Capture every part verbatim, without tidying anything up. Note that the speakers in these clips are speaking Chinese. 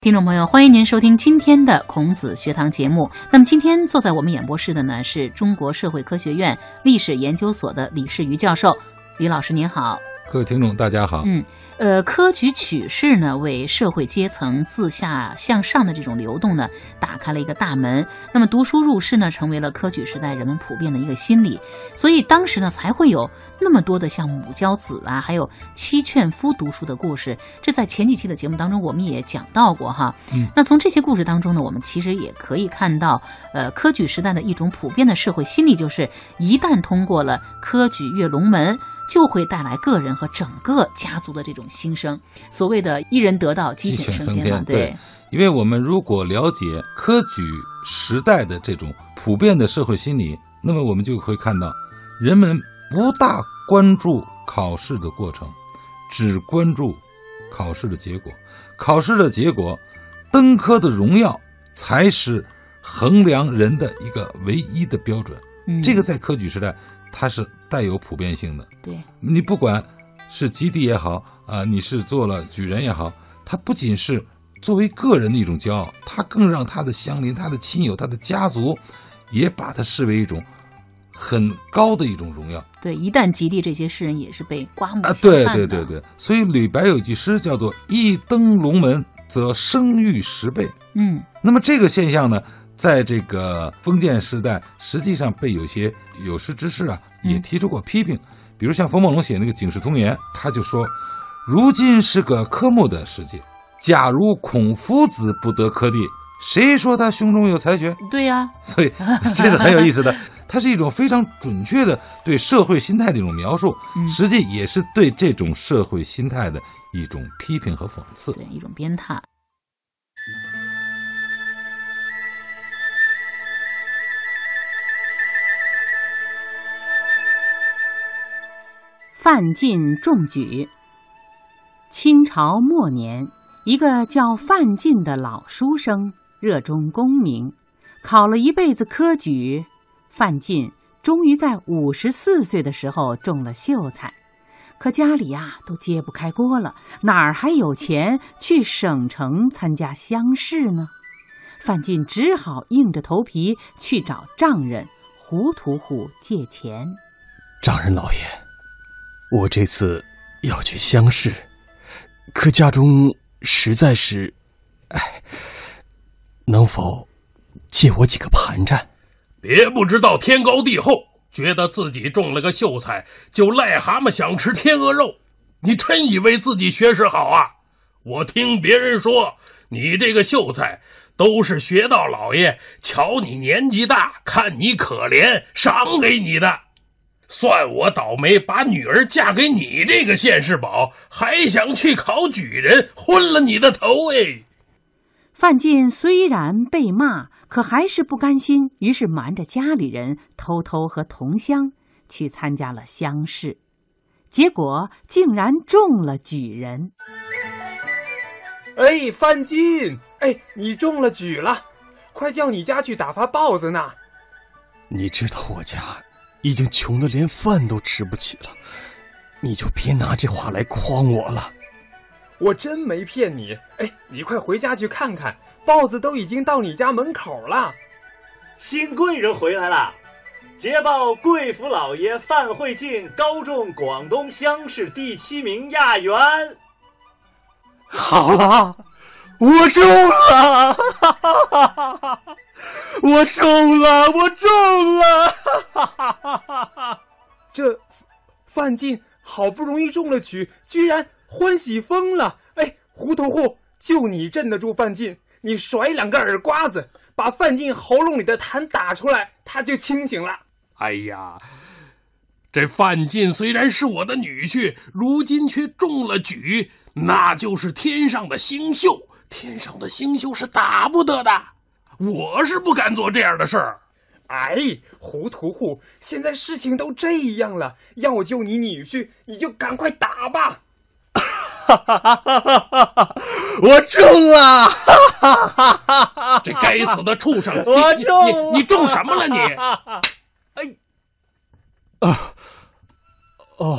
听众朋友，欢迎您收听今天的孔子学堂节目。那么今天坐在我们演播室的呢，是中国社会科学院历史研究所的李世瑜教授。李老师您好。 各位听众大家好。 嗯呃，科举取士呢，为社会阶层自下向上的这种流动呢，打开了一个大门。那么读书入仕呢，成为了科举时代人们普遍的一个心理。所以当时呢，才会有那么多的像母教子啊，还有妻劝夫读书的故事。这在前几期的节目当中，我们也讲到过哈。 嗯， 那从这些故事当中呢，我们其实也可以看到，呃，科举时代的一种普遍的社会心理，就是一旦通过了科举跃龙门，就会带来个人和整个家族的这种兴盛。所谓的一人得道，鸡犬升天嘛。对， 对，因为我们如果了解科举时代的这种普遍的社会心理，那么我们就会看到，人们不大关注考试的过程，只关注考试的结果。考试的结果，登科的荣耀才是衡量人的一个唯一的标准。 嗯， 这个在科举时代它是带有普遍性的。 对， 你不管是及第也好啊、呃，你是做了举人也好，他不仅是作为个人的一种骄傲，他更让他的乡邻、他的亲友、他的家族也把它视为一种很高的一种荣耀。 对，一旦及第，这些士人也是被刮目相看的。 啊，对对对对，所以吕白有一句诗叫做“一登龙门，则声誉十倍”。 嗯， 那么这个现象呢，在这个封建时代，实际上被有些有识之士啊也提出过批评。嗯，比如像冯梦龙写那个《警世通言》，他就说，如今是个科目的世界，假如孔夫子不得科第，谁说他胸中有才学？ 对呀、啊， 所以这是很有意思的。它是一种非常准确的对社会心态的一种描述， 嗯， 实际也是对这种社会心态的一种批评和讽刺， 对，一种鞭挞。范进中举。清朝末年，一个叫范进的老书生热衷功名，考了一辈子科举。范进终于在五十四岁的时候中了秀才，可家里啊都揭不开锅了，哪儿还有钱去省城参加乡试呢？范进只好硬着头皮去找丈人胡屠户借钱。 丈人老爷，我这次要去乡试，可家中实在是，哎，能否借我几个盘缠？ 别不知道天高地厚，觉得自己中了个秀才就癞蛤蟆想吃天鹅肉，你真以为自己学识好啊？我听别人说，你这个秀才都是学道老爷瞧你年纪大，看你可怜，赏给你的。算我倒霉，把女儿嫁给你这个现世宝，还想去考举人，昏了你的头哎！ 范进虽然被骂，可还是不甘心，于是瞒着家里人，偷偷和同乡去参加了乡试，结果竟然中了举人。 哎，范进，哎，你中了举了，快叫你家去打发豹子呢。 你知道我家已经穷得连饭都吃不起了，你就别拿这话来诓我了。 我真没骗你，哎，你快回家去看看，豹子都已经到你家门口了。 新贵人回来了，捷报贵府老爷范会进高中广东乡试第七名亚元。 好了，我中了，我中了，我中了！ 这范进好不容易中了举，居然欢喜疯了！哎，胡屠户，就你镇得住范进，你甩两个耳刮子，把范进喉咙里的痰打出来，他就清醒了。 哎呀，这范进虽然是我的女婿，如今却中了举，那就是天上的星宿，天上的星宿是打不得的，我是不敢做这样的事儿。 哎，胡屠户，现在事情都这样了，要救你女婿，你就赶快打吧。 我中了！ 这该死的畜生！ 我中了！ 你你中什么了你？ 哎，啊，哦，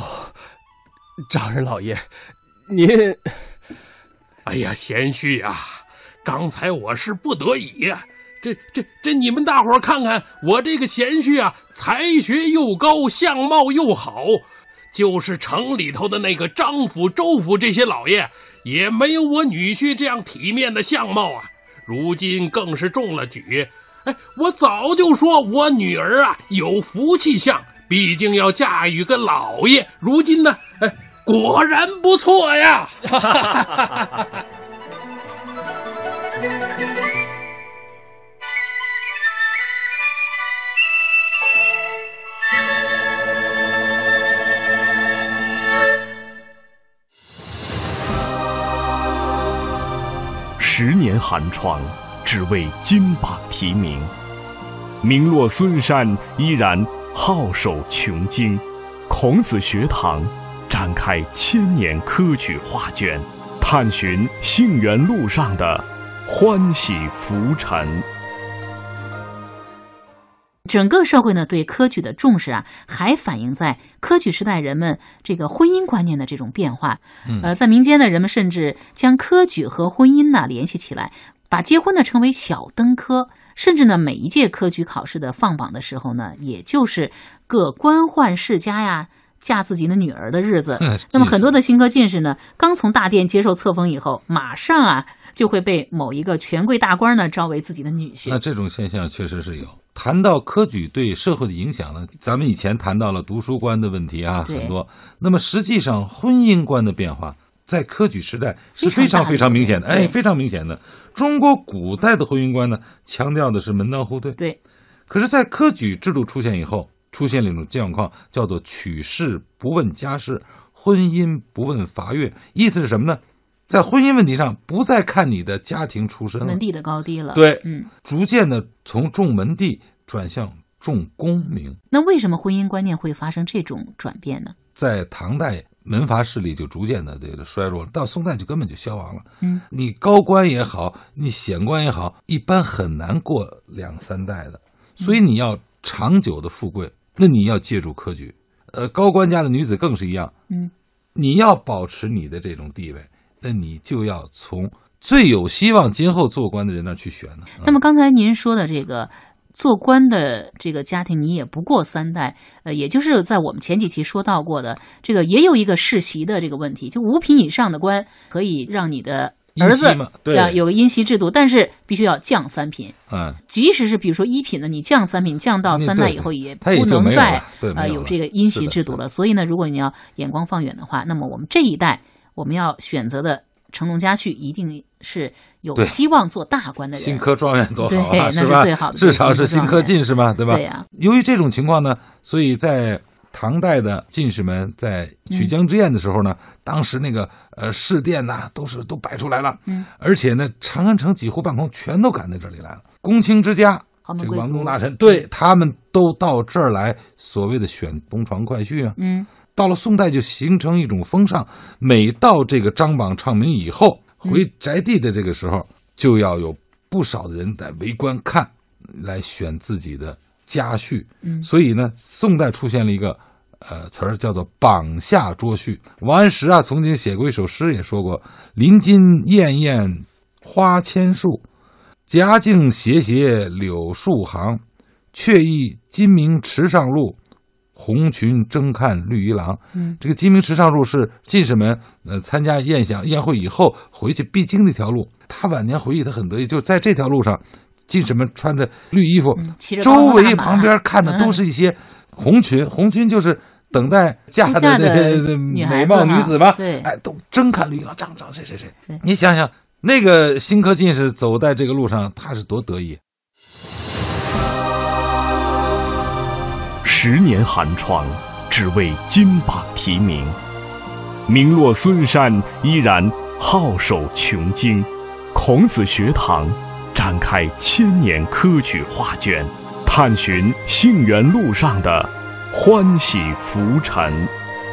丈人老爷，您， 哎呀，贤婿啊， 刚才我是不得已呀、啊。这这这，你们大伙儿看看，我这个贤婿啊，才学又高，相貌又好，就是城里头的那个张府、周府这些老爷，也没有我女婿这样体面的相貌啊。如今更是中了举，哎，我早就说我女儿啊有福气相，毕竟要嫁与个老爷。如今呢，哎，果然不错呀。 十年寒窗，只为金榜题名。名落孙山，依然好守穷经。孔子学堂展开千年科举画卷，探寻幸源路上的欢喜浮沉。 整个社会呢对科举的重视啊，还反映在科举时代人们这个婚姻观念的这种变化。 嗯、 呃，在民间呢，人们甚至将科举和婚姻呢联系起来，把结婚呢称为小登科。甚至呢，每一届科举考试的放榜的时候呢，也就是各官宦世家呀嫁自己的女儿的日子。那么很多的新科进士呢，刚从大殿接受册封以后，马上啊就会被某一个权贵大官呢招为自己的女婿。 那这种现象确实是有。谈到科举对社会的影响呢，咱们以前谈到了读书观的问题啊，很多。那么实际上婚姻观的变化在科举时代是非常非常明显的，哎，非常明显的。中国古代的婚姻观呢，强调的是门当户对。 对。 可是在科举制度出现以后，出现了一种状况，叫做取士不问家世，婚姻不问伐越。意思是什么呢？在婚姻问题上不再看你的家庭出身了， 门第的高低了。 对， 嗯， 逐渐的从重门第转向重功名。 那为什么婚姻观念会发生这种转变呢？ 在唐代，门阀势力就逐渐的这个衰弱了，到宋代就根本就消亡了。 嗯， 你高官也好，你显官也好，一般很难过两三代的。所以你要长久的富贵，那你要借助科举。呃，高官家的女子更是一样。 嗯， 你要保持你的这种地位，那你就要从最有希望今后做官的人那儿去选呢。 那么刚才您说的这个做官的这个家庭，你也不过三代，呃，也就是在我们前几期说到过的，这个也有一个世袭的这个问题，就五品以上的官可以让你的儿子对有个姻袭制度，但是必须要降三品。 嗯， 即使是比如说一品的，你降三品，降到三代以后，也不能再呃有这个姻袭制度了。所以呢，如果你要眼光放远的话，那么我们这一代我们要选择的承龙家婿，一定是有希望做大官的人。 新科状元多好啊， 对，那是最好的， 至少是新科进士嘛，对吧？ 对呀、啊。 由于这种情况呢，所以在唐代的进士们在曲江之宴的时候呢，嗯、当时那个呃侍殿呐、啊，都是都摆出来了， 嗯， 而且呢，长安城几乎半空全都赶在这里来了。公卿之家，这个王公大臣，对他们都到这儿来，所谓的选东床快婿啊， 嗯。 到了宋代就形成一种风尚，每到这个张榜唱名以后，回宅地的这个时候，嗯、就要有不少的人在围观看，来选自己的家婿。 嗯， 所以呢，宋代出现了一个呃词儿叫做榜下捉婿。王安石啊曾经写过一首诗，也说过：林金艳艳花千树，夹径斜斜柳树行，却忆金明池上路，红裙争看绿衣郎。 嗯， 这个金明池上路是进士们呃参加宴享宴会以后回去必经的一条路。他晚年回忆，他很得意，就是在这条路上，进士们穿着绿衣服， 嗯、 周围旁边看的都是一些红裙，嗯、红裙就是等待嫁的那些美貌女子吧？ 对， 哎，都争看绿衣郎，张张谁谁谁。你想想，那个新科进士走在这个路上，他是多得意。 十年寒窗，只为金榜题名。名落孙山，依然好守穷经。孔子学堂展开千年科举画卷，探寻幸源路上的欢喜浮沉。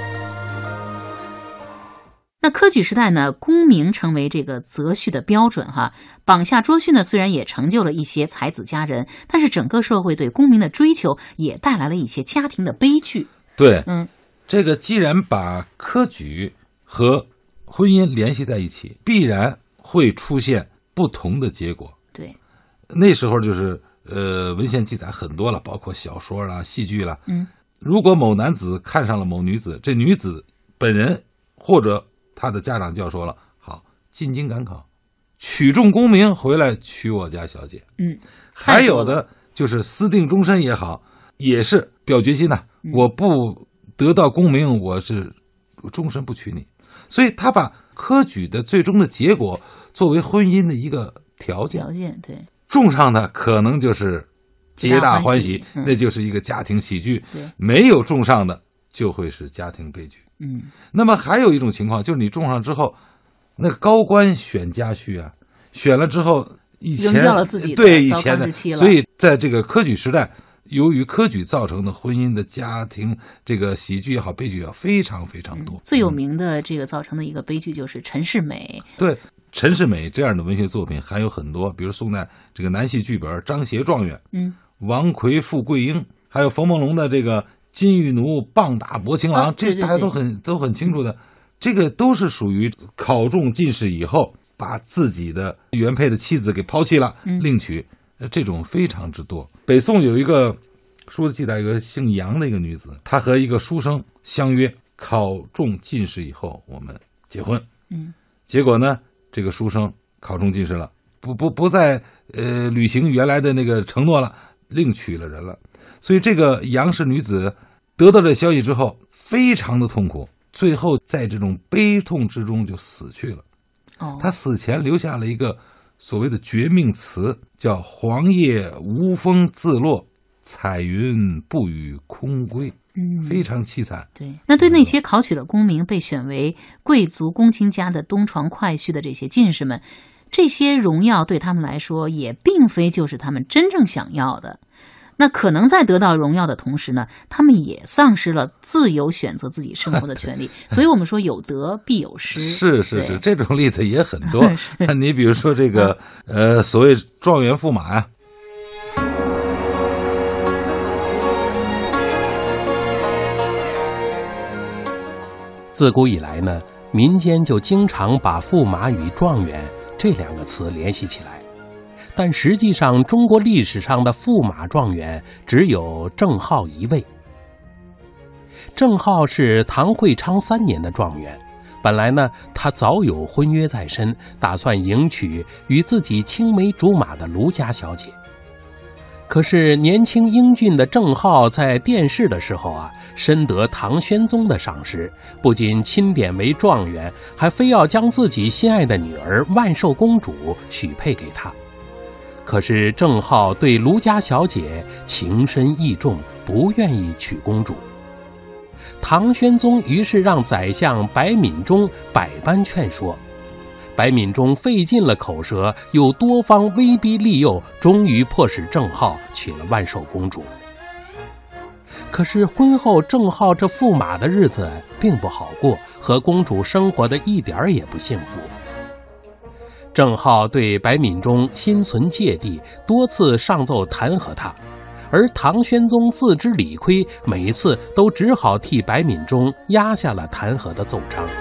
那科举时代呢，功名成为这个择婿的标准哈。榜下捉婿呢，虽然也成就了一些才子佳人，但是整个社会对功名的追求也带来了一些家庭的悲剧。 对， 嗯， 这个既然把科举和婚姻联系在一起，必然会出现不不同的结果。 对， 那时候就是呃，文献记载很多了，包括小说啦、戏剧啦。 嗯， 如果某男子看上了某女子，这女子本人或者他的家长就要说了：好，进京赶考，取中功名，回来娶我家小姐。 嗯， 还有的就是私定终身也好，也是表决心呐、 嗯， 我不得到功名，我是终身不娶你。所以他把科举的最终的结果作为婚姻的一个条件。 条件对， 中上的可能就是皆大欢喜， 嗯、 那就是一个家庭喜剧。 对， 没有中上的就会是家庭悲剧。 嗯， 那么还有一种情况，就是你中上之后，那个高官选家婿啊，选了之后，以前扔掉了自己的对以前的， 了所以在这个科举时代，由于科举造成的婚姻的家庭这个喜剧也好，悲剧也好，非常非常多。 嗯、最有名的这个造成的一个悲剧就是陈世美。 对。陈世美这样的文学作品还有很多，比如宋代这个南戏剧本《张协状元》， 嗯， 王魁负桂英，还有冯梦龙的这个《金玉奴棒打薄情郎》， 啊， 这大家都很都很清楚的。这个都是属于考中进士以后，把自己的原配的妻子给抛弃了， 嗯、 另娶，这种非常之多。北宋有一个书的记载，有个姓杨的一个女子，她和一个书生相约，考中进士以后我们结婚。 嗯， 结果呢？这个书生考中进士了，不不不再呃履行原来的那个承诺了，另娶了人了。所以这个杨氏女子得到这消息之后，非常的痛苦，最后在这种悲痛之中就死去了。 哦， 她死前留下了一个所谓的绝命词，叫“黄叶无风自落，彩云不与空归”。 嗯， 非常凄惨。 对，那对那些考取了功名、被选为贵族公卿家的东床快婿的这些进士们，这些荣耀对他们来说也并非就是他们真正想要的。那可能在得到荣耀的同时呢，他们也丧失了自由选择自己生活的权利。所以我们说有得必有失。 是是是，这种例子也很多。你比如说这个、 嗯、 呃，所谓状元驸马呀、啊。 自古以来呢，民间就经常把驸马与状元这两个词联系起来，但实际上中国历史上的驸马状元只有郑浩一位。郑浩是唐会昌三年的状元，本来呢他早有婚约在身，打算迎娶与自己青梅竹马的卢家小姐。可是年轻英俊的郑浩在殿试的时候啊，深得唐玄宗的赏识，不仅钦点为状元，还非要将自己心爱的女儿万寿公主许配给他。可是郑浩对卢家小姐情深意重，不愿意娶公主。唐玄宗于是让宰相白敏中百般劝说，白敏中费尽了口舌，又多方威逼利诱，终于迫使郑浩娶了万寿公主。可是婚后郑浩这驸马的日子并不好过，和公主生活的一点也不幸福。郑浩对白敏中心存芥蒂，多次上奏弹劾他，而唐玄宗自知理亏，每一次都只好替白敏中压下了弹劾的奏章。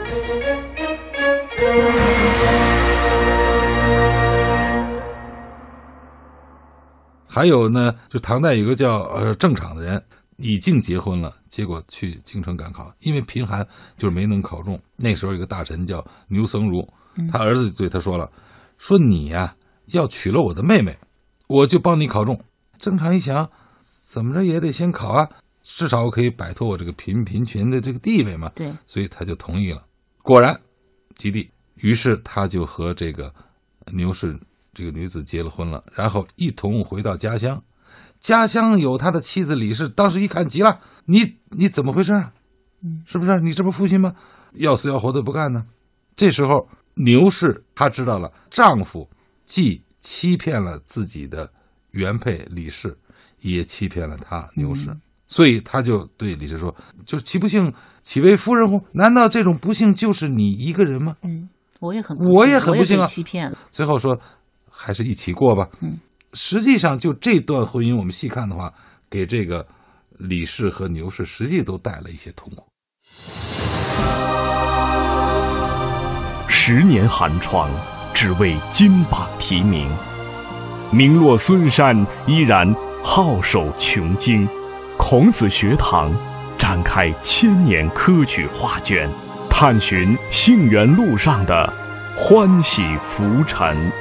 还有呢，就唐代有个叫呃郑昶的人，已经结婚了，结果去京城赶考，因为贫寒就是没能考中。那时候有个大臣叫牛僧孺，他儿子对他说了，说你呀、啊、要娶了我的妹妹，我就帮你考中。郑昶一想，怎么着也得先考啊，至少我可以摆脱我这个贫贫穷的这个地位嘛。 对， 所以他就同意了。果然及第，于是他就和这个牛氏这个女子结了婚了，然后一同回到家乡。家乡有他的妻子李氏，当时一看急了，你你怎么回事啊？ 嗯， 是不是你这不父亲吗？要死要活的不干呢。这时候牛氏她知道了，丈夫既欺骗了自己的原配李氏，也欺骗了她牛氏、嗯、所以她就对李氏说，就是岂不幸岂为夫人乎？难道这种不幸就是你一个人吗？ 嗯，我也很不幸我也很不幸啊， 欺骗了。 最后说还是一起过吧。 嗯， 实际上就这段婚姻我们细看的话，给这个李氏和牛氏实际都带了一些痛苦。 十年寒窗只为金榜题名。名落孙山，依然好守穷经。孔子学堂展开千年科举画卷，探寻幸源路上的欢喜浮沉。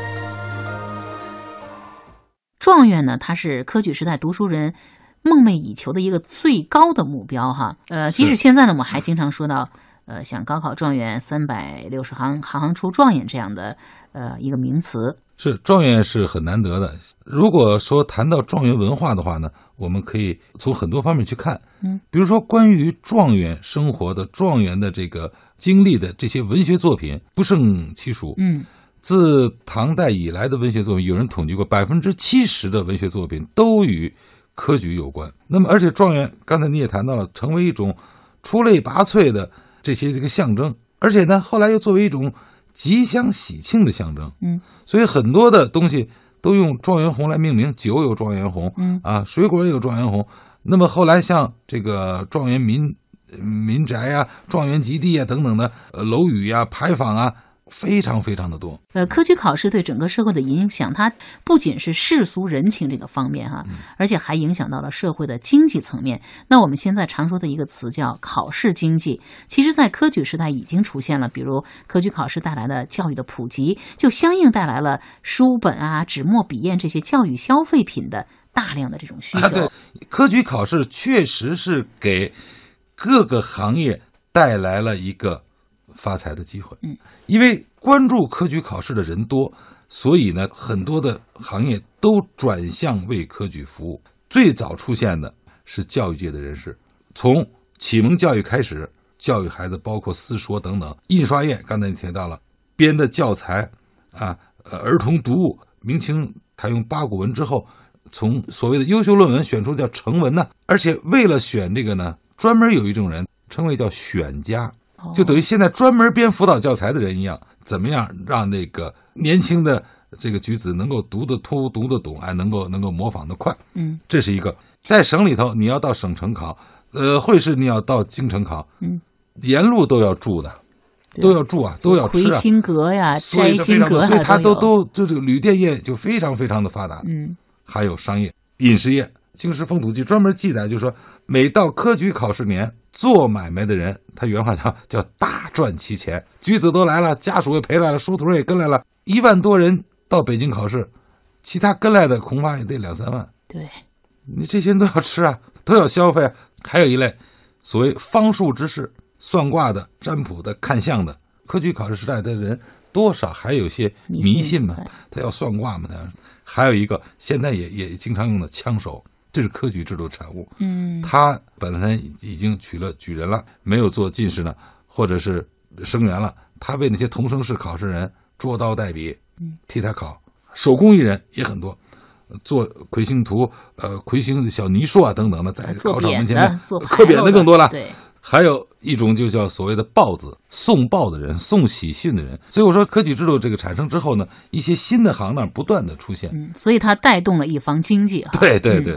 状元呢，他是科举时代读书人梦寐以求的一个最高的目标哈。呃，即使现在呢，我们还经常说到，呃，像高考状元三百六十行，行行出状元这样的呃一个名词。 是，状元是很难得的。如果说谈到状元文化的话呢，我们可以从很多方面去看。 嗯， 比如说关于状元生活的、状元的这个经历的这些文学作品不胜其数。 嗯。 自唐代以来的文学作品，有人统计过，百分之七十的文学作品都与科举有关。那么，而且状元，刚才你也谈到了，成为一种出类拔萃的这些这个象征，而且呢，后来又作为一种吉祥喜庆的象征。 嗯， 所以很多的东西都用状元红来命名，酒有状元红， 嗯啊，水果也有状元红。那么后来像这个状元民民宅啊、状元及第啊等等的呃楼宇啊、牌坊啊。非常非常的多。 呃，科举考试对整个社会的影响，它不仅是世俗人情这个方面哈， 嗯、 而且还影响到了社会的经济层面。那我们现在常说的一个词叫考试经济，其实在科举时代已经出现了。比如科举考试带来的教育的普及，就相应带来了书本啊、纸墨笔砚这些教育消费品的大量的这种需求。 啊、对，科举考试确实是给各个行业带来了一个发财的机会。 嗯， 因为关注科举考试的人多，所以呢，很多的行业都转向为科举服务。最早出现的是教育界的人士，从启蒙教育开始，教育孩子包括私塾等等，印刷业刚才你提到了，编的教材啊，呃，儿童读物。明清采用八股文之后，从所谓的优秀论文选出叫成文呢，而且为了选这个呢，专门有一种人称为叫选家。就等于现在专门编辅导教材的人一样，怎么样让那个年轻的这个举子能够读得通、读得懂，哎，能够能够模仿得快。 嗯， 这是一个。在省里头，你要到省城考，呃，会试你要到京城考， 嗯， 沿路都要住的，都要住啊，都要吃啊。 魁星阁呀，摘星阁啊， 所以它都都就这个旅店业就非常非常的发达。 嗯， 还有商业、饮食业。《京师风土记》专门记载，就是说，每到科举考试年，做买卖的人，他原话叫叫大赚其钱。举子都来了，家属也陪来了，书徒也跟来了，一万多人到北京考试，其他跟来的恐怕也得两三万。 对， 你这些人都要吃啊，都要消费啊。还有一类所谓方术之士，算卦的、占卜的、看相的，科举考试时代的人多少还有些迷信嘛，他要算卦嘛，他还有一个现在也也经常用的枪手。这是科举制度产物。 嗯， 他本来已经取了举人了，没有做进士呢，或者是生员了，他为那些同生试考试人捉刀代笔，替他考。手工艺人也很多，做魁星图、呃魁星小泥塑啊等等的，在考场门前面刻匾的更多了。 对， 还有一种就叫所谓的报子，送报的人，送喜讯的人。所以我说科举制度这个产生之后呢，一些新的行当不断的出现。 嗯，所以它带动了一方经济。 对对对。 嗯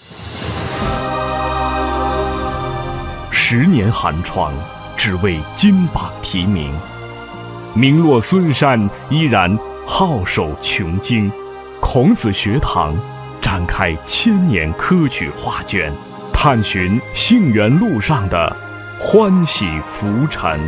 十年寒窗，只为金榜题名。名落孙山，依然好守穷经。孔子学堂展开千年科举画卷，探寻幸源路上的欢喜浮沉。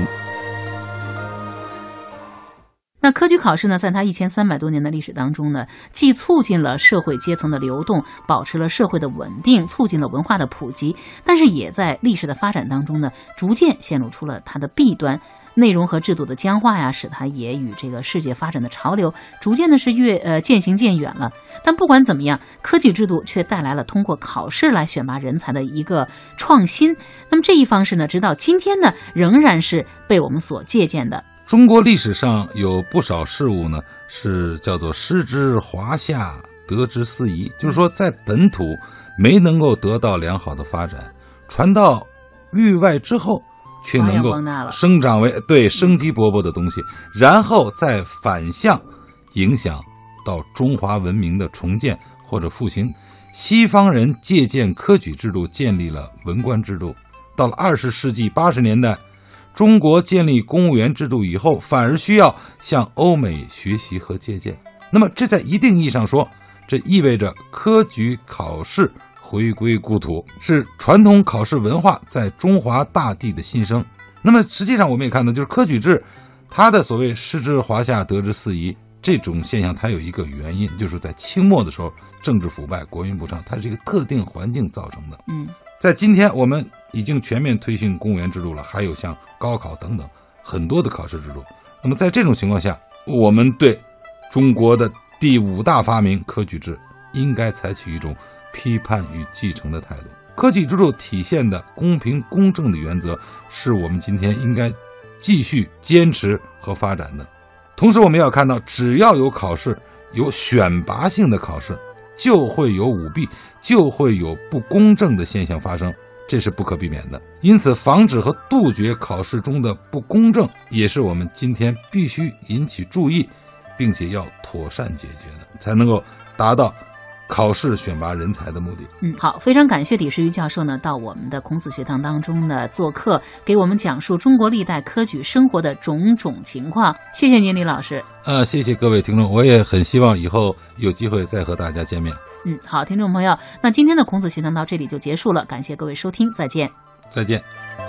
那科举考试呢，在它一千三百多年的历史当中呢，既促进了社会阶层的流动，保持了社会的稳定，促进了文化的普及，但是也在历史的发展当中呢，逐渐显露出了它的弊端。内容和制度的僵化呀，使它也与这个世界发展的潮流逐渐的是越呃渐行渐远了。但不管怎么样，科举制度却带来了通过考试来选拔人才的一个创新。那么这一方式呢，直到今天呢，仍然是被我们所借鉴的。 中国历史上有不少事物呢，是叫做失之华夏，得之司夷，就是说在本土没能够得到良好的发展，传到域外之后，却能够生长为对生机勃勃的东西，然后再反向影响到中华文明的重建或者复兴。西方人借鉴科举制度建立了文官制度，到了二十世纪八十年代， 中国建立公务员制度以后，反而需要向欧美学习和借鉴。那么这在一定意义上说，这意味着科举考试回归故土，是传统考试文化在中华大地的新生。那么实际上我们也看到，就是科举制它的所谓失之华夏得之四夷这种现象，它有一个原因，就是在清末的时候政治腐败国运不畅，它是一个特定环境造成的。 嗯， 在今天我们已经全面推行公务员制度了，还有像高考等等很多的考试制度。那么在这种情况下，我们对中国的第五大发明科举制应该采取一种批判与继承的态度。科举制度体现的公平公正的原则是我们今天应该继续坚持和发展的。同时我们要看到，只要有考试，有选拔性的考试，就会有舞弊，就会有不公正的现象发生，这是不可避免的。因此防止和杜绝考试中的不公正，也是我们今天必须引起注意并且要妥善解决的，才能够达到考试选拔人才的目的。 嗯，好，非常感谢李时瑜教授呢到我们的孔子学堂当中呢做客，给我们讲述中国历代科举生活的种种情况。谢谢您，李老师。 呃，谢谢各位听众，我也很希望以后有机会再和大家见面。 嗯，好，听众朋友，那今天的孔子学堂到这里就结束了，感谢各位收听，再见。 再见。